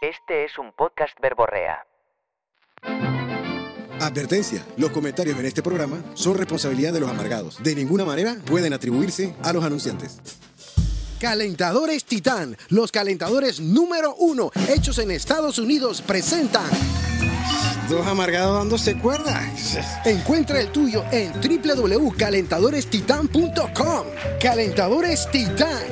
Este es un podcast verborrea. Advertencia, los comentarios en este programa son responsabilidad de los amargados. De ninguna manera pueden atribuirse a los anunciantes. Calentadores Titán, los calentadores número 1, hechos en Estados Unidos, presentan... Dos amargados dándose cuerda. Encuentra el tuyo en www.calentadorestitan.com. Calentadores Titán.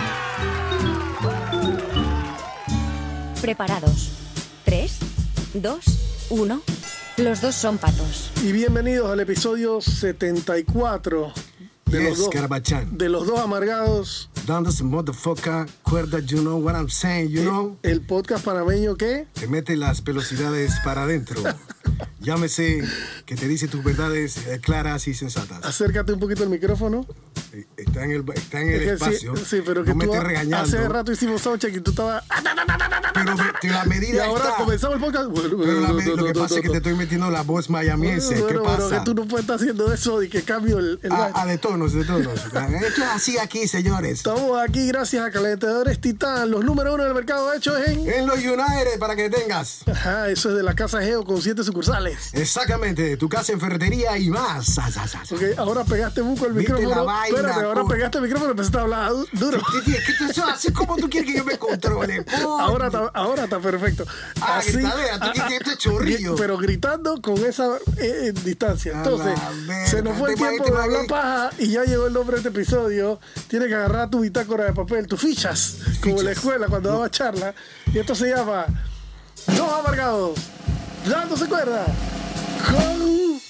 Preparados. 3, 2, 1. Los dos son patos. Y bienvenidos al episodio 74 de, de los dos amargados. Dándose motherfucker, cuerda, you know what I'm saying, you know. El podcast panameño que te mete las velocidades para adentro. Llámese, que te dice tus verdades claras y sensatas. Acércate un poquito al micrófono. Está en el espacio. Sí, pero no que me tú estés regañando. Hace rato hicimos soundcheck y tú estabas... Pero la medida y ahora está. Comenzamos el podcast. Pero lo que pasa es que te estoy metiendo la voz mayamiense. ¿Qué pasa? Pero que tú no puedes estar haciendo eso y que cambio el de tonos. Esto es así aquí, señores. Estamos aquí gracias a Calentadores Titán, los número 1 del mercado hechos en los United, para que tengas. Ajá, eso es de la Casa Geo con 7 sucursales. Exactamente, tu casa en ferretería y más. Ok, ahora pegaste buco el micrófono. Espérate, ahora pegaste el micrófono y empezaste a hablar duro. Eso así como tú quieres que yo me controle. Ahora está perfecto. Así, gritadera, tú quieres este chorrillo. Pero gritando con esa distancia. Entonces, se nos fue el tiempo de hablar paja y ya llegó el nombre de este episodio. Tienes que agarrar tu bitácora de papel, tus fichas, como en la escuela cuando daba charla. Y esto se llama Dos Amargados dándose cuerda con...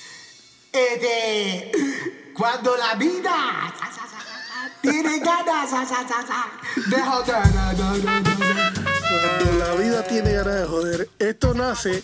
Cuando la vida tiene ganas de joder. Cuando la vida tiene ganas de joder. Esto nace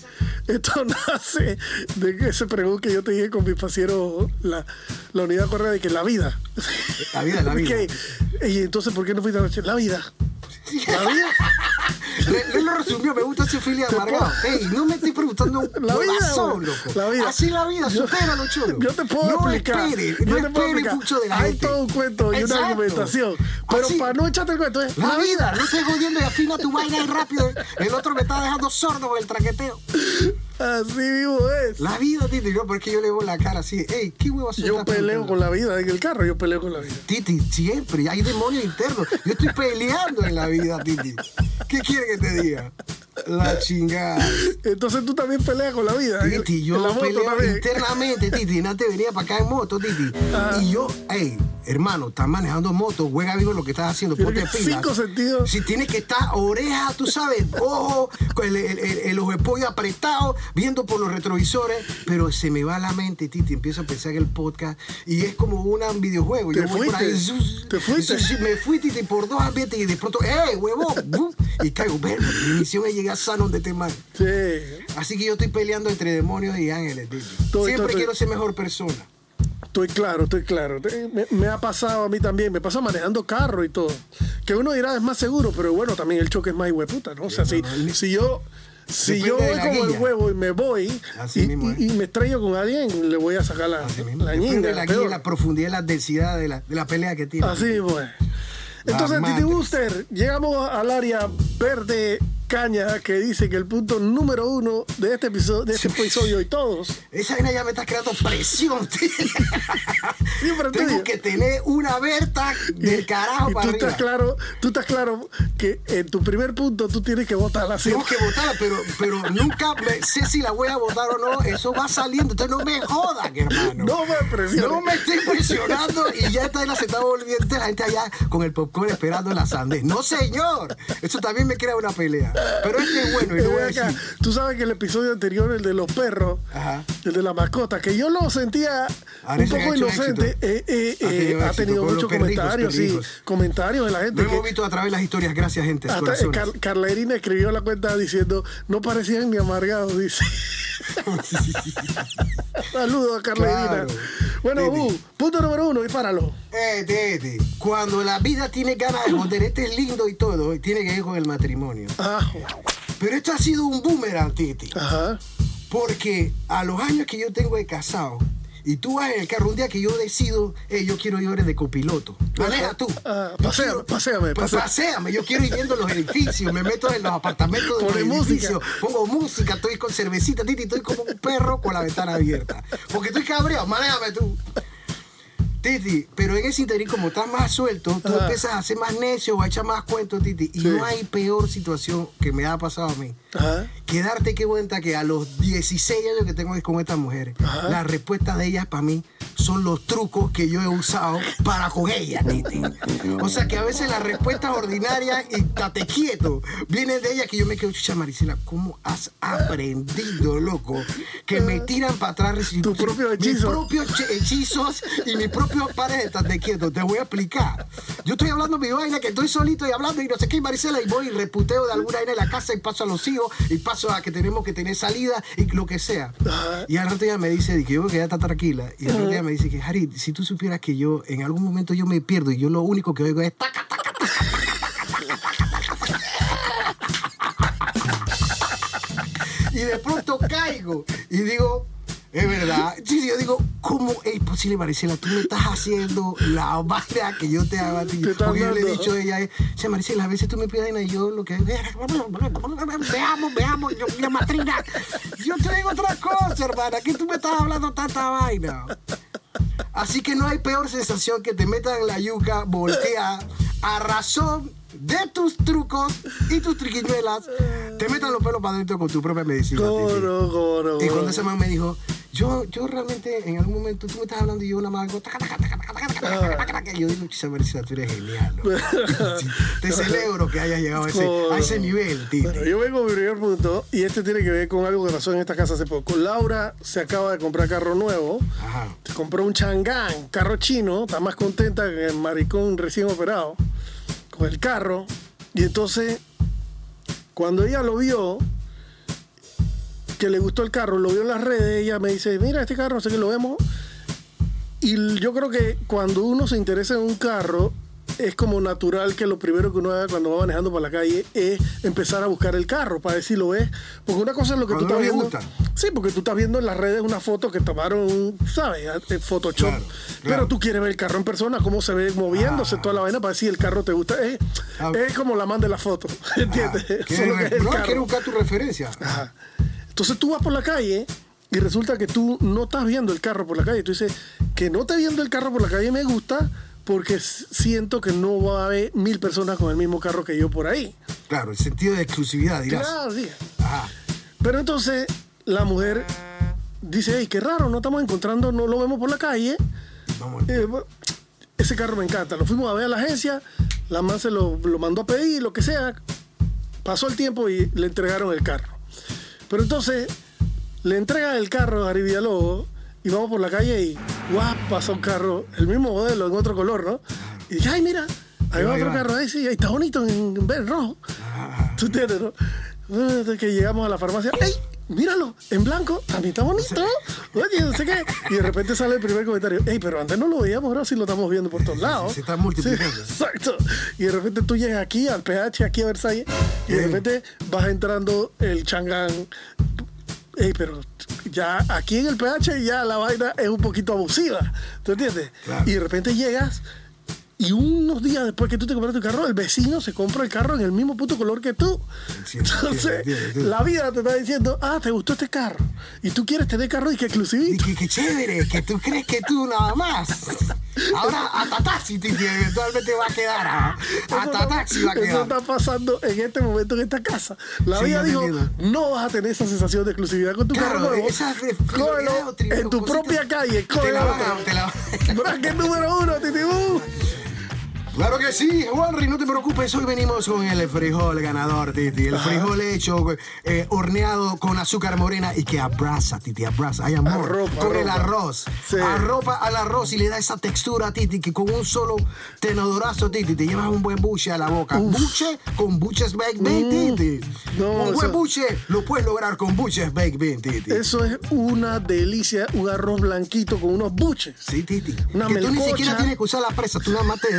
de ese pregón que yo te dije con mi pasiero, la unidad correa de que la vida. La vida. Y entonces, ¿por qué no fuiste a la noche? La vida. ¿La vida? Él lo resumió, me gusta su filia amargado. Ey, no me estoy preguntando la vida, loco. La vida. Así la vida, supéralo, chulo. Yo te puedo explicar. No espere mucho de la gente. Hay todo un cuento y una argumentación. Pero para no echarte el cuento, es la vida. No estés jodiendo y afina tu vaina ahí rápido. El otro me está dejando sordo con el traqueteo. Así mismo es. La vida, Titi, no, porque yo le veo la cara así. Ey, ¿qué huevo haces? Yo peleo con la vida. En el carro yo peleo con la vida. Titi, siempre. Hay demonios internos. Yo estoy peleando en la vida, Titi. ¿Qué quiere que te diga? La chingada. Entonces tú también peleas con la vida. Titi, yo peleo internamente, Titi. Antes venía para acá en moto, Titi. Y yo, hermano, estás manejando moto, juega vivo lo que estás haciendo, ponte pilas. 5 sentidos. Si tienes que estar oreja, tú sabes, ojo, con el ojo de pollo apretado, viendo por los retrovisores, pero se me va la mente, Titi, empiezo a pensar en el podcast y es como un videojuego. Yo voy por ahí, ¿Te fuiste? Me fui, Titi, por 2 ambientes y de pronto, huevón, y caigo, mi misión es llegar sano donde te mal. Sí. Así que yo estoy peleando entre demonios y ángeles, Titi. Siempre quiero ser mejor persona. Estoy claro. Me ha pasado a mí también. Me pasa manejando carro y todo. Que uno dirá es más seguro, pero bueno, también el choque es más hijueputa, ¿no? O sea, si yo voy como el huevo y me voy y me estrello con alguien, le voy a sacar la ñinga. La guía, la profundidad y la densidad de la pelea que tiene. Así, pues. Entonces, Titi Booster, llegamos al área verde caña que dice que el punto número 1 de este episodio y todos. Esa vaina ya me está creando presión, tío. Tengo que tener una Berta del carajo para arriba. Tú estás claro que en tu primer punto tú tienes que votarla. Tengo que votarla, pero nunca sé si la voy a votar o no. Eso va saliendo. Entonces no me jodas, hermano. No me presiones. No me estoy presionando y ya está se está volviendo la gente allá con el popcorn esperando la sandez. No, señor. Eso también me crea una pelea. Pero este es bueno y lo voy a decir. Tú sabes que el episodio anterior, el de los perros, el de la mascota, que yo lo sentía un poco inocente, ha tenido muchos comentarios, comentarios de la gente. Lo hemos visto a través de las historias, gracias, gente. Hasta Carla Irina escribió la cuenta diciendo, no parecían ni amargados, dice. Saludos a Carla Irina. Bueno, punto número 1, dispáralo. Cuando la vida tiene ganas de joder, este es lindo y todo, y tiene que ver con el matrimonio. Pero esto ha sido un boomerang, Titi. Ajá. Porque a los años que yo tengo de casado, Y tú vas en el carro un día que yo decido, yo quiero ir de copiloto. Maneja tú. Paséame. Paséame. Yo quiero ir viendo los edificios. Me meto en los apartamentos de los edificios. Pongo música, estoy con cervecita, Titi. Estoy como un perro con la ventana abierta. Porque estoy cabreado. Manéjame tú. Titi, pero en ese interín, como estás más suelto, tú empiezas a ser más necio o a echar más cuentos, Titi. Y no hay peor situación que me ha pasado a mí. Que darte cuenta que a los 16 años que tengo con estas mujeres, las respuestas de ellas para mí son los trucos que yo he usado para con ellas, Titi. O sea que a veces las respuestas ordinarias y tate quieto vienen de ellas que yo me quedo, chucha, Marisela, ¿cómo has aprendido, loco? Que me tiran para atrás tu propio hechizo. Mis propios hechizos y mis propios pares de tate quieto. Te voy a explicar. Yo estoy hablando mi vaina, que estoy solito y hablando y no sé qué, Marisela, y voy y reputeo de alguna vaina en la casa y paso a los hijos y paso a que tenemos que tener salida y lo que sea. Y al rato ella me dice que yo que ya está tranquila. Y al rato ella me dice que, Harry, si tú supieras que yo en algún momento yo me pierdo y yo lo único que oigo es taca, taca, taca, taca, y de pronto caigo y digo, es verdad. Sí, yo digo, ¿cómo es posible, Marisela? Tú me estás haciendo la vaina que yo te hago a ti. Porque yo le he dicho a ella, Marisela, a veces tú me pides y yo lo que... Veamos, yo, matrina. Yo te digo otra cosa, hermana, que tú me estás hablando tanta vaina. Así que no hay peor sensación que te metan en la yuca, voltea, a razón de tus trucos y tus triquiñuelas, te metan los pelos para adentro con tu propia medicina. Coro. Y cuando ese man me dijo, yo realmente en algún momento tú me estás hablando y yo una más algo, yo digo, Marisela, tú eres genial, ¿no? Te celebro que hayas llegado a ese nivel, tío. Bueno, yo vengo a mi primer punto y este tiene que ver con algo que pasó en esta casa hace poco. Laura se acaba de comprar carro nuevo. Se compró un Chang'an, carro chino, está más contenta que el maricón recién operado con el carro. Y entonces, cuando ella lo vio, que le gustó el carro, lo vio en las redes, ella me dice, mira este carro, no sé qué, lo vemos. Y yo creo que cuando uno se interesa en un carro, es como natural que lo primero que uno haga cuando va manejando por la calle es empezar a buscar el carro para ver si lo ves. Porque una cosa es lo que tú estás viendo. Gusta. Sí, porque tú estás viendo en las redes una foto que tomaron, ¿sabes? Photoshop. Claro. Pero tú quieres ver el carro en persona, cómo se ve moviéndose toda la vaina para ver si el carro te gusta. Es como la man de la foto, ¿entiendes? Quiero buscar tu referencia. Entonces tú vas por la calle y resulta que tú no estás viendo el carro por la calle. Tú dices, que no te viendo el carro por la calle me gusta porque siento que no va a haber 1000 personas con el mismo carro que yo por ahí. Claro, el sentido de exclusividad, dirás. Claro, sí. Pero entonces la mujer dice, hey, qué raro, no estamos encontrando, no lo vemos por la calle. Ese carro me encanta. Lo fuimos a ver a la agencia, la man se lo mandó a pedir, lo que sea. Pasó el tiempo y le entregaron el carro. Pero entonces le entregan el carro a Harry Villalobos y vamos por la calle y ¡guau! Pasa un carro, el mismo modelo, en otro color, ¿no? Y dije, ¡ay, mira! Ahí va otro carro, ahí sí, ahí está bonito en verde rojo. ¿Tú entiendes, no? Desde que llegamos a la farmacia, ¡ey! Míralo, en blanco, también está bonito. Oye, no sé qué. Y de repente sale el primer comentario, ¡ey! Pero antes no lo veíamos, ahora sí lo estamos viendo por todos lados. Se está multiplicando. Sí, exacto. Y de repente tú llegas aquí, al PH, aquí a Versalles, y de repente vas entrando el Chang'an. Ey, pero ya aquí en el PH ya la vaina es un poquito abusiva, ¿tú entiendes? Claro. Y de repente llegas y unos días después que tú te compraste tu carro, el vecino se compra el carro en el mismo puto color que tú. Entonces, la vida te está diciendo, ¿te gustó este carro? Y tú quieres tener carro y que exclusivito. Y que chévere, que tú crees que tú nada más. Ahora hasta taxi eventualmente va a quedar. Hasta taxi va a quedar. Eso está pasando en este momento en esta casa. La vida dijo, no vas a tener esa sensación de exclusividad con tu carro nuevo. Cógelo en tu propia calle. Bracket número 1, Titibú. Claro que sí, Juanri, no te preocupes, hoy venimos con el frijol ganador, Titi. El frijol hecho, horneado con azúcar morena y que abraza, Titi, abraza. Hay amor con el arroz. Sí. Arropa al arroz y le da esa textura, Titi, que con un solo tenodorazo, Titi, te llevas un buen buche a la boca. Buche con Buches Baked Bean, Titi. Un buen buche lo puedes lograr con Buches Baked Bean, Titi. Eso es una delicia, un arroz blanquito con unos buches. Sí, Titi. Una que melcocha. Tú ni siquiera tienes que usar la presa, tú nada más te dedicas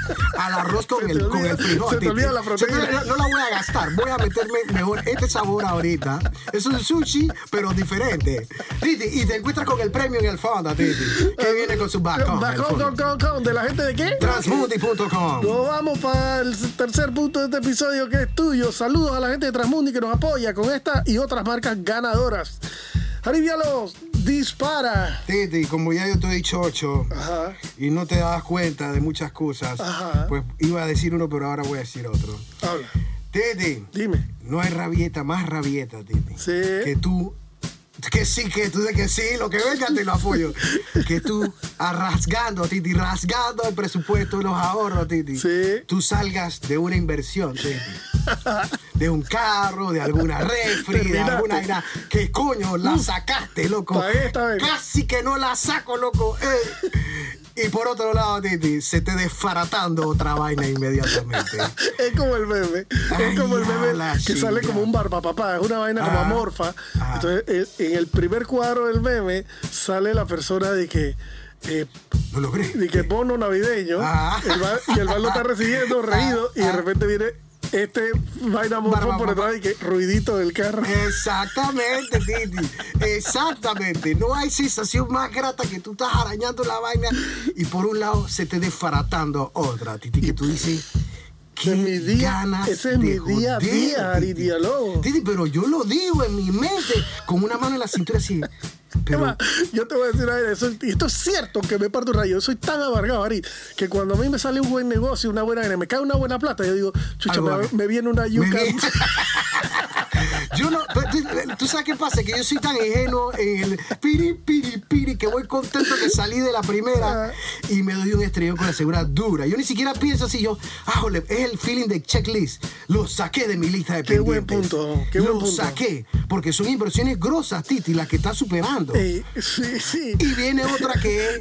al arroz con el frijol. Se te olvida la proteína. No la voy a gastar, voy a meterme mejor este sabor ahorita. Es un sushi, pero diferente. Titi, y te encuentras con el premio en el fondo, Titi, que viene con su bacon. Bacon, ¿de la gente de qué? Transmundi.com. Nos vamos para el tercer punto de este episodio, que es tuyo. Saludos a la gente de Transmundi que nos apoya con esta y otras marcas ganadoras. Arivialos, dispara. Titi, como ya yo te he dicho 8 y no te das cuenta de muchas cosas, pues iba a decir uno, pero ahora voy a decir otro. Habla. Titi, Dime. no hay más rabieta, Titi, Sí. que tú de que sí, lo que venga te lo apoyo. Que tú rasgando, Titi, rasgando el presupuesto, los ahorros, Titi. Sí. Tú salgas de una inversión, Titi. De un carro, de alguna refri, de alguna aire. Que coño, la sacaste, loco. Esta vez. Casi que no la saco, loco. Y por otro lado, Titi, se te desfaratando otra vaina inmediatamente. Es como el meme. Es como el meme que sale como un barbapapá. Es una vaina como amorfa. Entonces, en el primer cuadro del meme sale la persona de que... ¿Lo logré? De que bono navideño. Y el bar lo está recibiendo, reído. Y de repente viene... vaina morfo por detrás y que ruidito del carro. Exactamente, Titi. Exactamente. No hay sensación más grata que tú estás arañando la vaina y por un lado se te desfaratando otra, Titi, que tú dices... Ese es mi día a día, Arivialo. Titi, pero yo lo digo en mi mente con una mano en la cintura así. Pero... Yo te voy a decir a eso, y esto es cierto que me parto un rayo. Yo soy tan amargado, Ari, que cuando a mí me sale un buen negocio, una buena gana, me cae una buena plata, yo digo, chucha, me viene una yuca. Yo no, tú sabes qué pasa, que yo soy tan ingenuo en el piri, que voy contento que salí de la primera y me doy un estrellón con la seguridad dura. Yo ni siquiera pienso así, es el feeling de checklist. Lo saqué de mi lista de pendientes. Qué buen punto. Lo saqué, porque son inversiones grosas, Titi, las que estás superando. Sí. Y viene otra que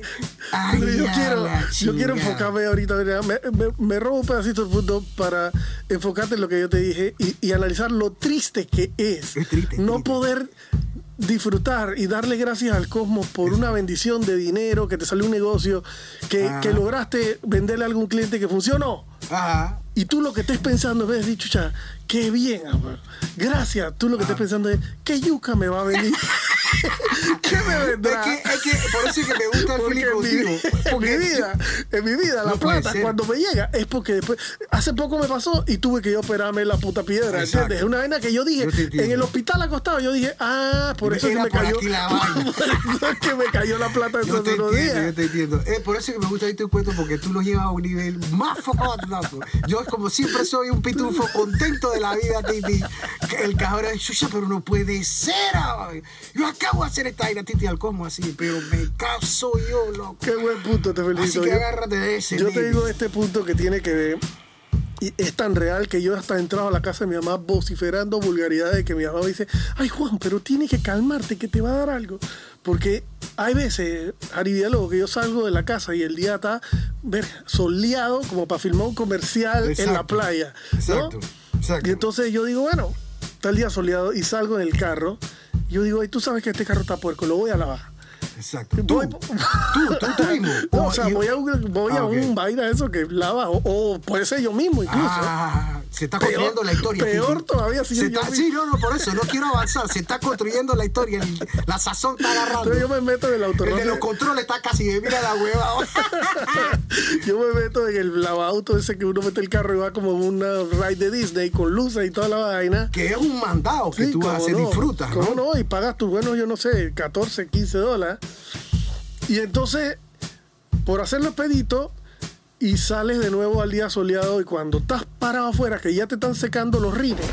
yo quiero enfocarme ahorita. Me robo un pedacito del punto para enfocarte en lo que yo te dije y analizar lo triste que es no poder disfrutar y darle gracias al cosmos por una bendición de dinero, que te salió un negocio, que lograste venderle a algún cliente que funcionó. Y tú lo que estés pensando es decir, chucha, qué bien, amor. Gracias. Tú lo que estés pensando es, ¿qué yuca me va a venir? ¿Qué me vendrá? Es que por eso es que me gusta el feeling contigo. En mi vida, la plata, cuando me llega, es porque después, hace poco me pasó y tuve que yo operarme la puta piedra, ¿entiendes? Es una vaina que yo dije, en el hospital acostado, yo dije, por eso es que me cayó. Por eso es que me cayó la plata en esos unos días. Yo te entiendo. Por eso es que me gusta tu cuento, porque tú lo llevas a un nivel más focado. Yo, como siempre, soy un pitufo contento de la vida, Titi. El cabrón es chucha, pero no puede ser. Yo acabo de hacer esta vaina, Titi, al cosmos así, pero me caso yo, loco. Qué buen punto, te felicito. Así que agárrate de ese. Yo te digo este punto que tiene que ver, y es tan real que yo hasta he entrado a la casa de mi mamá vociferando vulgaridades, de que mi mamá me dice, ay Juan, pero tienes que calmarte, que te va a dar algo. Porque hay veces, Arivialo, que yo salgo de la casa y el día está soleado como para filmar un comercial en la playa, ¿no? Exacto. Y entonces yo digo, bueno, está el día soleado y salgo en el carro. Yo digo, ay, tú sabes que este carro está puerco, lo voy a lavar. Exacto. Tú mismo. No, o sea, voy a un vaina eso que lava, o puede ser yo mismo incluso. Se está construyendo la historia. Peor todavía si por eso, no quiero avanzar. Se está construyendo la historia. La sazón está agarrando. Entonces yo me meto en el autorrote. El de los controles está casi de mira la hueva. Yo me meto en el lavauto ese que uno mete el carro y va como una ride de Disney con luces y toda la vaina. Que es un mandado que tú haces, disfrutas, ¿no? ¿Cómo no? Y pagas tus buenos, yo no sé, $14, $15. Y entonces, por hacerlo pedito, y sales de nuevo al día soleado, y cuando estás parado afuera, que ya te están secando los rines.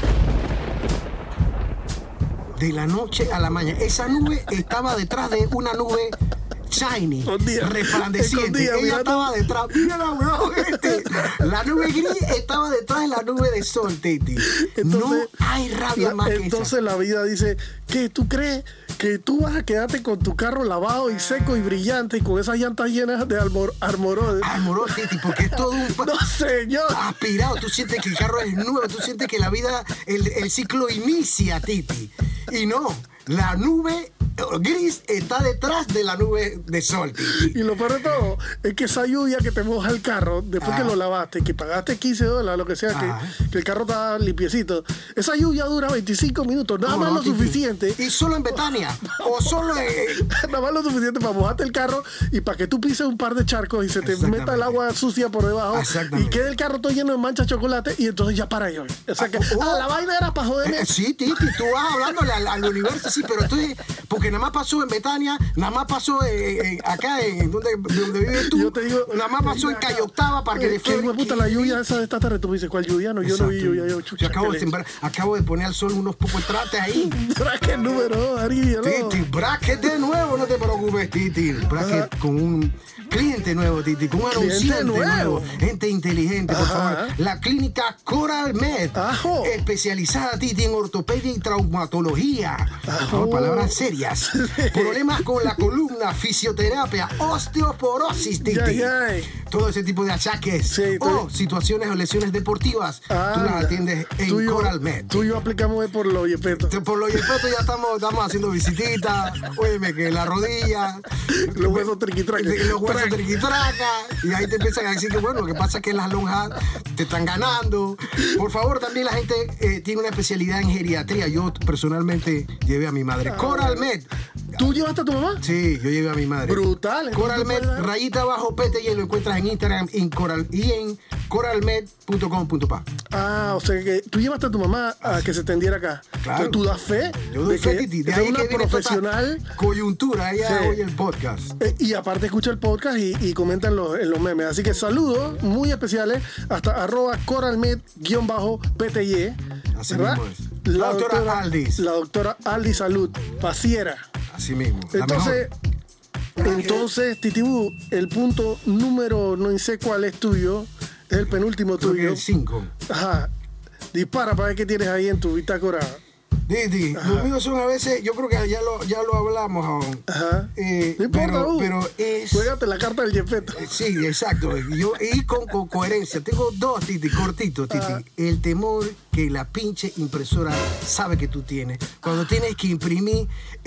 De la noche a la mañana. Esa nube estaba detrás de una nube shiny, resplandeciente. Ella estaba detrás. Mira la huevón, La nube gris estaba detrás de la nube de sol, Titi. Entonces, no hay rabia más que esa. Entonces la vida dice, ¿qué tú crees? Que tú vas a quedarte con tu carro lavado y seco y brillante y con esas llantas llenas de Armorol. Armorol, Titi, porque es todo un... No, señor. Aspirado. Tú sientes que el carro es nuevo, tú sientes que la vida, el ciclo inicia, Titi. Y no, la nube gris está detrás de la nube de sol, Titi. Y lo peor de todo es que esa lluvia que te moja el carro, después que lo lavaste, que pagaste $15, lo que sea, que el carro está limpiecito, esa lluvia dura 25 minutos, nada más lo suficiente. Y solo en Betania, o solo en... Nada más lo suficiente para mojarte el carro y para que tú pises un par de charcos y se te meta el agua sucia por debajo y quede el carro todo lleno de manchas de chocolate y entonces ya para yo. O sea que, la vaina era para joderme. Sí, Titi, tú vas hablándole al universo, sí, pero entonces, porque nada más pasó en Betania, nada más pasó acá en donde vives tú, yo te digo, nada más pasó en Calle Octava, Parque de Flores. ¿Qué puta la lluvia esa de esta tarde? Tú me dices, ¿cuál lluvia? No, yo no vi lluvia. Yo acabo de poner al sol unos pocos trastes ahí. Bracket número 2, Ariel. Titi, bracket de nuevo, no te preocupes, Titi. Bracket con un cliente nuevo, Titi, con un anunciante nuevo. Gente inteligente, por favor. La clínica Coral Med, especializada, Titi, en ortopedia y traumatología. Por favor, palabras serias. Problemas con la columna, fisioterapia, osteoporosis, Titi. Todo ese tipo de achaques o situaciones o lesiones deportivas, tú las atiendes en Coral Med. Tú y yo aplicamos por los yepetos. Por los yepetos ya estamos haciendo visititas. Óyeme, que la rodilla, los huesos triquitraca. Y ahí te empiezan a decir que bueno, lo que pasa es que las lonjas te están ganando. Por favor, también la gente tiene una especialidad en geriatría. Yo personalmente llevé a mi madre. Coral Med. ¿Tú llevaste a tu mamá? Sí, yo llevé a mi madre. Brutal. Coral Med, rayita abajo, PTY, lo encuentras en Instagram en coralmed.com.pa. O sea que tú llevaste a tu mamá a que se tendiera acá. Claro. Entonces tú das fe. Yo doy fe, Titi. De ahí una que profesional. Coyuntura, ella oye el podcast. Y aparte escucha el podcast y comenta en los memes. Así que saludos muy especiales hasta @coralmed_PTY. Así mismo es. La doctora Aldis. La doctora Aldis Salud, pasiera. Así mismo. Entonces, Titibú, el punto número, no sé cuál es tuyo, es el penúltimo tuyo. Creo que es 5. Ajá. Dispara para ver qué tienes ahí en tu bitácora. Titi, los míos son a veces, yo creo que ya lo hablamos aún. Ajá. No importa, pero es... Juégate la carta del yepeto. Sí, exacto. Y con coherencia. Tengo 2, Titi, cortitos, Titi. El temor que la pinche impresora sabe que tú tienes. Cuando tienes que imprimir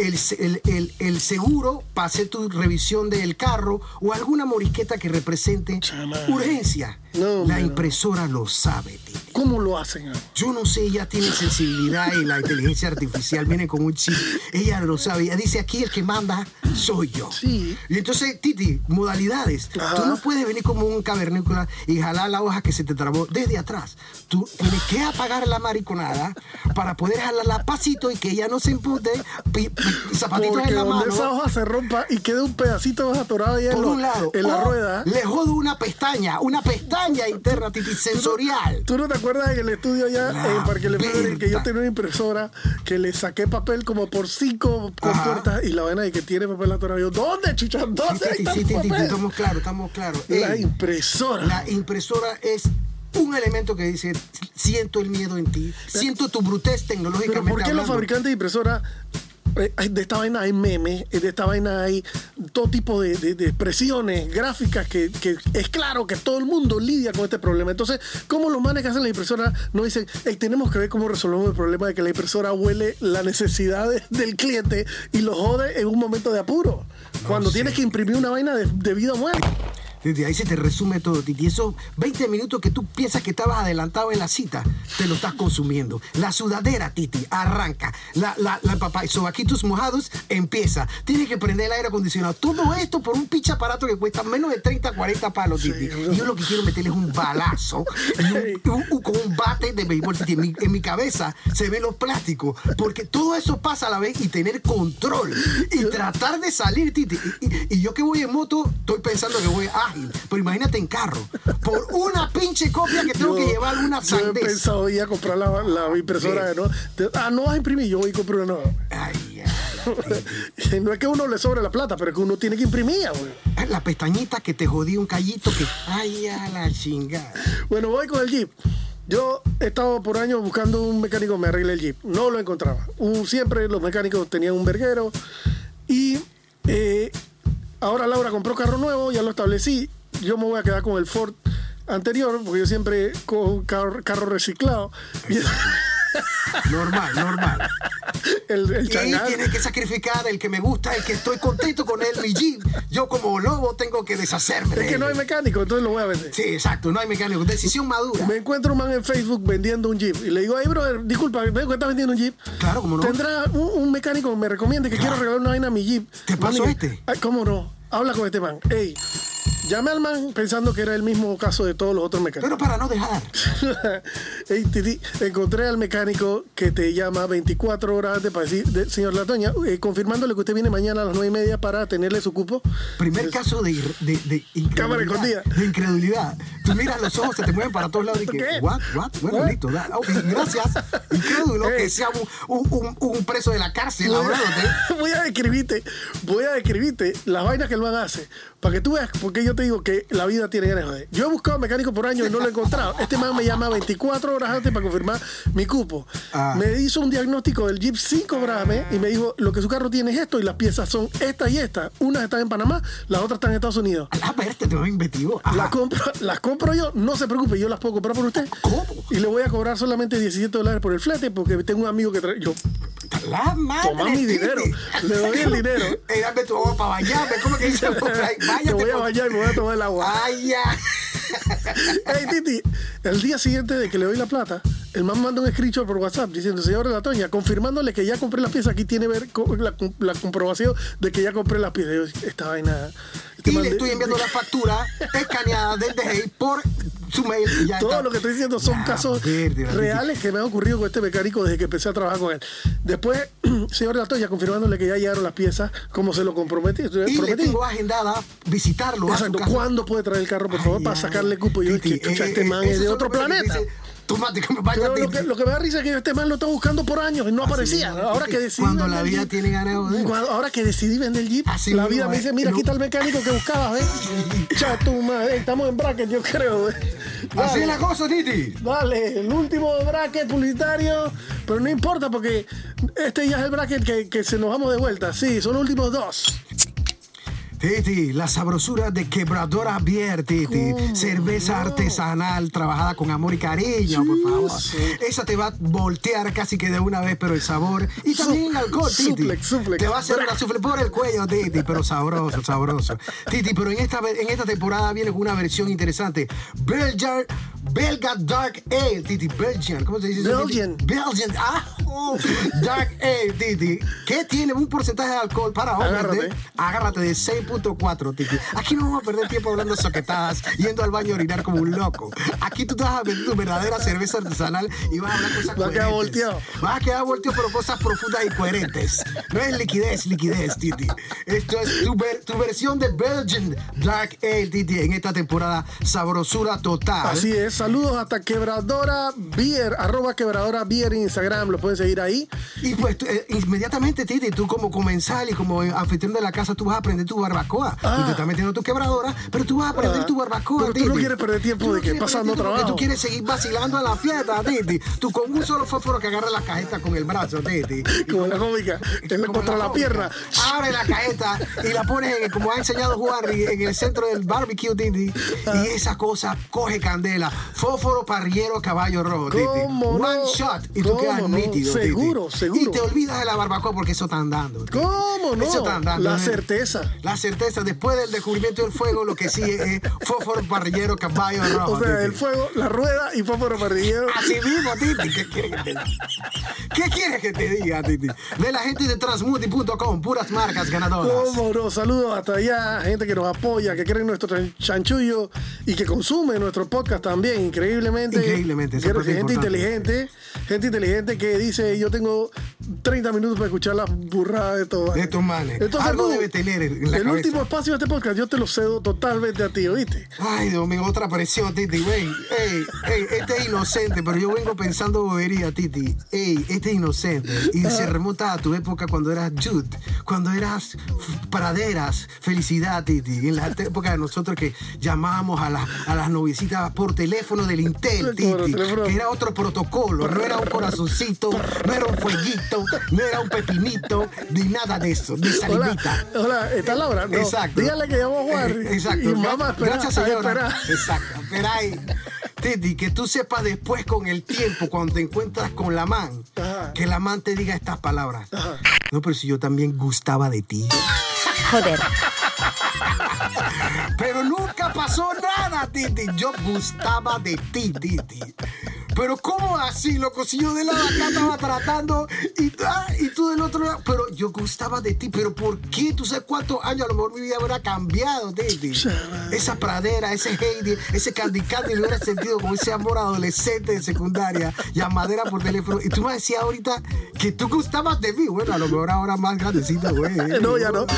el seguro para hacer tu revisión del carro o alguna morisqueta que represente urgencia. La impresora lo sabe, Titi. ¿Cómo lo hacen? Yo no sé, ella tiene sensibilidad y la inteligencia artificial viene con un chip. Ella lo sabe. Ella dice, aquí el que manda soy yo. Sí. Y entonces, Titi, modalidades. Tú no puedes venir como un cavernícola y jalar la hoja que se te trabó desde atrás. Tú tienes que apagar la mariconada para poder jalarla pasito y que ella no se empute, zapatitos porque en la mano. Porque esa hoja se rompa y quede un pedacito más atorado ahí por un lado, en la rueda. Le jodo una pestaña interna, Titi, sensorial. ¿Tú no te acuerdas en el estudio allá en Parque Lefebvre que yo tenía una impresora que le saqué papel como por 5 compuertas y la vaina de que tiene papel atorado? Yo, ¿dónde, chucha? ¿Dónde? Sí, Titi, estamos claros. La impresora. La impresora es un elemento que dice, siento el miedo en ti, siento tu brutez tecnológicamente. ¿Pero por qué hablando? Los fabricantes de impresoras, de esta vaina hay memes, de esta vaina hay todo tipo de expresiones gráficas que es claro que todo el mundo lidia con este problema? Entonces, ¿cómo los manes que hacen la impresora no dicen, tenemos que ver cómo resolvemos el problema de que la impresora huele la necesidad del cliente y lo jode en un momento de apuro? Cuando tienes que imprimir una vaina de vida o muerte. Titi, ahí se te resume todo, Titi. Esos 20 minutos que tú piensas que estabas adelantado en la cita, te lo estás consumiendo. La sudadera, Titi, arranca. Y sobaquitos mojados, empieza. Tienes que prender el aire acondicionado. Todo esto por un pinche aparato que cuesta menos de 30, 40 palos, Titi. Y yo lo que quiero meterle es un balazo con un bate de béisbol, Titi. En mi cabeza se ven los plásticos. Porque todo eso pasa a la vez y tener control. Y tratar de salir, Titi. Y yo que voy en moto, estoy pensando que voy pero imagínate en carro, por una pinche copia que tengo que llevar una sandez. Yo he pensado ir a comprar la impresora, ¿no? No vas a imprimir, yo voy a comprar una nueva. No es que uno le sobre la plata, pero es que uno tiene que imprimir, güey. La pestañita que te jodí un callito que... Ay, a la chingada. Bueno, voy con el Jeep. Yo he estado por años buscando un mecánico que me arregle el Jeep. No lo encontraba. Siempre los mecánicos tenían un verguero. Y... ahora Laura compró carro nuevo, ya lo establecí. Yo me voy a quedar con el Ford anterior, porque yo siempre cojo carro reciclado. Normal. el y changán. tienes que sacrificar el que me gusta, el que estoy contento con él, mi Jeep. Yo como lobo tengo que deshacerme de Es que él. no hay mecánico, entonces lo voy a vender. Sí, exacto, no hay mecánico. Decisión madura. Me encuentro un man en Facebook vendiendo un Jeep. Y le digo, hey, brother, disculpa, veo que estás vendiendo un Jeep. Claro, ¿cómo no? ¿Tendrá un mecánico que me recomiende que quiero regalar una vaina a mi Jeep? ¿Te pasó Man, este? Ay, ¿cómo no? Habla con este man. Ey, llamé al man pensando que era el mismo caso de todos los otros mecánicos. Pero para no dejar. Ey, Titi, encontré al mecánico que te llama 24 horas antes para decir, señor Latoña, confirmándole que usted viene mañana a las 9:30 para tenerle su cupo. Primer caso de Cámara escondida. De incredulidad. Tú miras los ojos, se te mueven para todos lados y que, ¿Qué? what? Bueno, What? listo. Gracias. Incrédulo que sea un preso de la cárcel hablándote. Voy a describirte las vainas que el man hace para que tú veas porque yo te digo que la vida tiene ganas de joder. Yo he buscado mecánico por años y no lo he encontrado. Este man me llama 24 horas antes para confirmar mi cupo. Me hizo un diagnóstico del Jeep 5 Brahme y me dijo, lo que su carro tiene es esto y las piezas son esta y esta. Unas están en Panamá, las otras están en Estados Unidos. A ver, te lo investigó. Las compro yo, no se preocupe, yo las puedo comprar por usted. ¿Cómo? Y le voy a cobrar solamente $17 por el flete porque tengo un amigo que trae. Yo, La madre. toma mi dinero, le doy el dinero. Dame tu agua para bañarme. ¿Cómo que dice? Te voy a bañar y me voy a tomar el agua. Ay, ya. Hey, Titi, el día siguiente de que le doy la plata, el man manda un screenshot por WhatsApp diciendo, señor Latoña, confirmándole que ya compré las piezas. Aquí tiene la comprobación de que ya compré las piezas. Yo, esta vaina. Y le estoy enviando la factura escaneada del DGI por su mail. Y ya todo está. lo que estoy diciendo son casos reales que me han ocurrido con este mecánico desde que empecé a trabajar con él. Después, señor Latoña, confirmándole que ya llegaron las piezas como se lo comprometí. Y le tengo agendada visitarlo. Exacto. ¿Cuándo puede traer el carro, por favor, para sacarle cupo? Y yo, Titi, chucha, este man es de otro planeta. Tomate, que me vaya. Pero lo que me da risa es que este man lo está buscando por años y no aparecía. Ahora que decidí Cuando vender la el vida Jeep, tiene ganas de joder. ahora que decidí vender el Jeep, Así la mismo, vida me dice, mira, aquí está el mecánico que buscabas, ¿ves? Chato, madre, estamos en bracket, yo creo, ¿ves? Así es la cosa, Titi. Dale, el último bracket publicitario, pero no importa porque este ya es el bracket que se nos vamos de vuelta. Sí, son los últimos dos. Titi, la sabrosura de Quebradora Beer, Titi. ¿Cómo Cerveza no? artesanal, trabajada con amor y cariño, por favor. Sí. Esa te va a voltear casi que de una vez, pero el sabor. Y también alcohol, Titi. Suplex. Te va a hacer una sufle por el cuello, Titi, pero sabroso. Titi, pero en esta temporada viene con una versión interesante. Belga Dark Ale, Titi. Belgian, ¿cómo se dice eso? Belgian. Dark Ale, Titi. Que tiene un porcentaje de alcohol para hombres. Agárrate de 6.4, Titi. Aquí no vamos a perder tiempo hablando soquetadas, yendo al baño a orinar como un loco. Aquí tú te vas a ver tu verdadera cerveza artesanal y vas a hablar cosas Vas a quedar volteado. Vas a quedar volteado, pero cosas profundas y coherentes. No es liquidez, Titi. Esto es tu versión de Belgian Dark Ale, Titi, en esta temporada sabrosura total. Así es, saludos hasta Quebradora Beer, @Quebradora Beer en Instagram, lo pueden seguir ahí. Y pues inmediatamente, Titi, tú como comensal y como anfitrión de la casa, tú vas a aprender tu barbacoa. Tú te estás metiendo tu quebradora, pero tú vas a aprender tu barbacoa, pero Titi. tú no quieres perder tiempo de que pasando trabajo. Tú quieres seguir vacilando en la fiesta, Titi. Tú con un solo fósforo que agarra la cajeta con el brazo, Titi. Como la cómica, contra la pierna. Abre la cajeta y la pones como ha enseñado Juan en el centro del barbecue, Titi. Y esa cosa coge candela. Fósforo parrillero caballo rojo, Titi. ¿Cómo no? One shot y tú quedas nítido, Seguro, Titi. seguro. Y te olvidas de la barbacoa porque eso están dando, Titi. ¿Cómo no? Eso están dando. La certeza. La certeza, después del descubrimiento del fuego, lo que sigue es fósforo parrillero caballo rojo. O sea, Titi. el fuego, la rueda y fósforo parrillero. Así mismo, Titi. ¿Qué quieres que te diga, Titi? De la gente de Transmuti.com, puras marcas ganadoras. ¿Cómo no? Saludos hasta allá, gente que nos apoya, que cree en nuestro chanchullo y que consume nuestro podcast también, increíblemente. Increíblemente, eso es gente importante. inteligente que dice, yo tengo 30 minutos para escuchar las burradas de todos. De estos manes. Entonces, Algo tú, debe tener en la el cabeza. último espacio de este podcast, yo te lo cedo totalmente a ti, ¿oíste? Ay, Dios mío, otra presión, Titi, güey. Ey, este es inocente, pero yo vengo pensando bobería, Titi. Ey, este es inocente. Y se remonta a tu época cuando eras youth, cuando eras praderas, felicidad, Titi. En la época de nosotros que llamábamos a las noviecitas por teléfono del Intel, Titi. Que era otro protocolo, no era un corazoncito, no era un fueguito, no era un pepinito, ni nada de eso, ni salivita. Hola, ¿está Laura? No, Exacto. dígale que llamo a Juan. Exacto. Y mamá, espera, Gracias, señora. espera. Exacto. Espera ahí. Titi, que tú sepas después con el tiempo, cuando te encuentras con la man, que la man te diga estas palabras. No, pero si yo también gustaba de ti. Joder. Pero nunca pasó nada, Titi. Yo gustaba de ti, Titi. Pero ¿cómo así, loco? Si yo de lado acá estaba tratando y tú del otro lado. Pero yo gustaba de ti. ¿Pero por qué? ¿Tú sabes cuántos años? A lo mejor mi vida hubiera cambiado, Titi. Esa pradera, ese Heidi, ese Candy Candy, lo hubiera sentido como ese amor adolescente de secundaria, llamadera por teléfono. Y tú me decías ahorita que tú gustabas de mí. Bueno, a lo mejor ahora más grandecito, güey. No, ya no.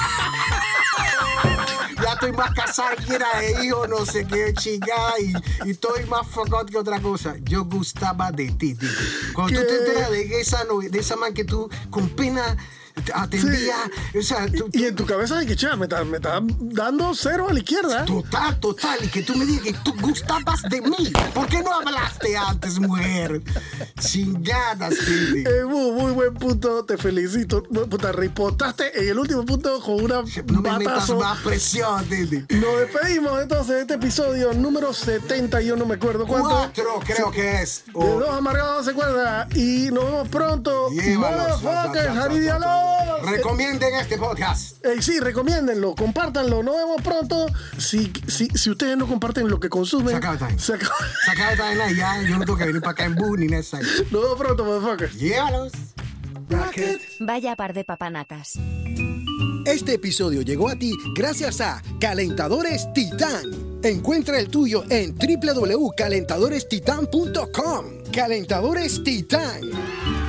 Ya estoy más casada, quiera de hijo, no sé qué chingada, y estoy más focado que otra cosa. Yo gustaba de ti, Titi. Cuando tú te enteras de esa man que tú con pena atendía, o sea, y en tu cabeza de que, me está dando cero a la izquierda. Total, y que tú me digas que tú gustabas de mí. ¿Por qué no hablaste antes, mujer? Chingadas, Titi. Muy buen punto, te felicito. Puta, ripotaste en el último punto con una no me metas batazo. más presión, Titi. Nos despedimos entonces de este episodio número 70, yo no me acuerdo cuánto. 4 creo que es. De Dos Amargados se cuerda. Y nos vemos pronto. Motherfuckers, Aridialos. Recomienden este podcast. Sí, recomiéndenlo, compártanlo. Nos vemos pronto. Si ustedes no comparten lo que consumen, Se acaba el time. Se acaba el time, ya. Yo no tengo que venir para acá en bus ni nada. Nos vemos pronto, motherfuckers. Llévalos. Vaya par de papanatas. Este episodio llegó a ti gracias a Calentadores Titán. Encuentra el tuyo en www.calentadorestitan.com. Calentadores Titán.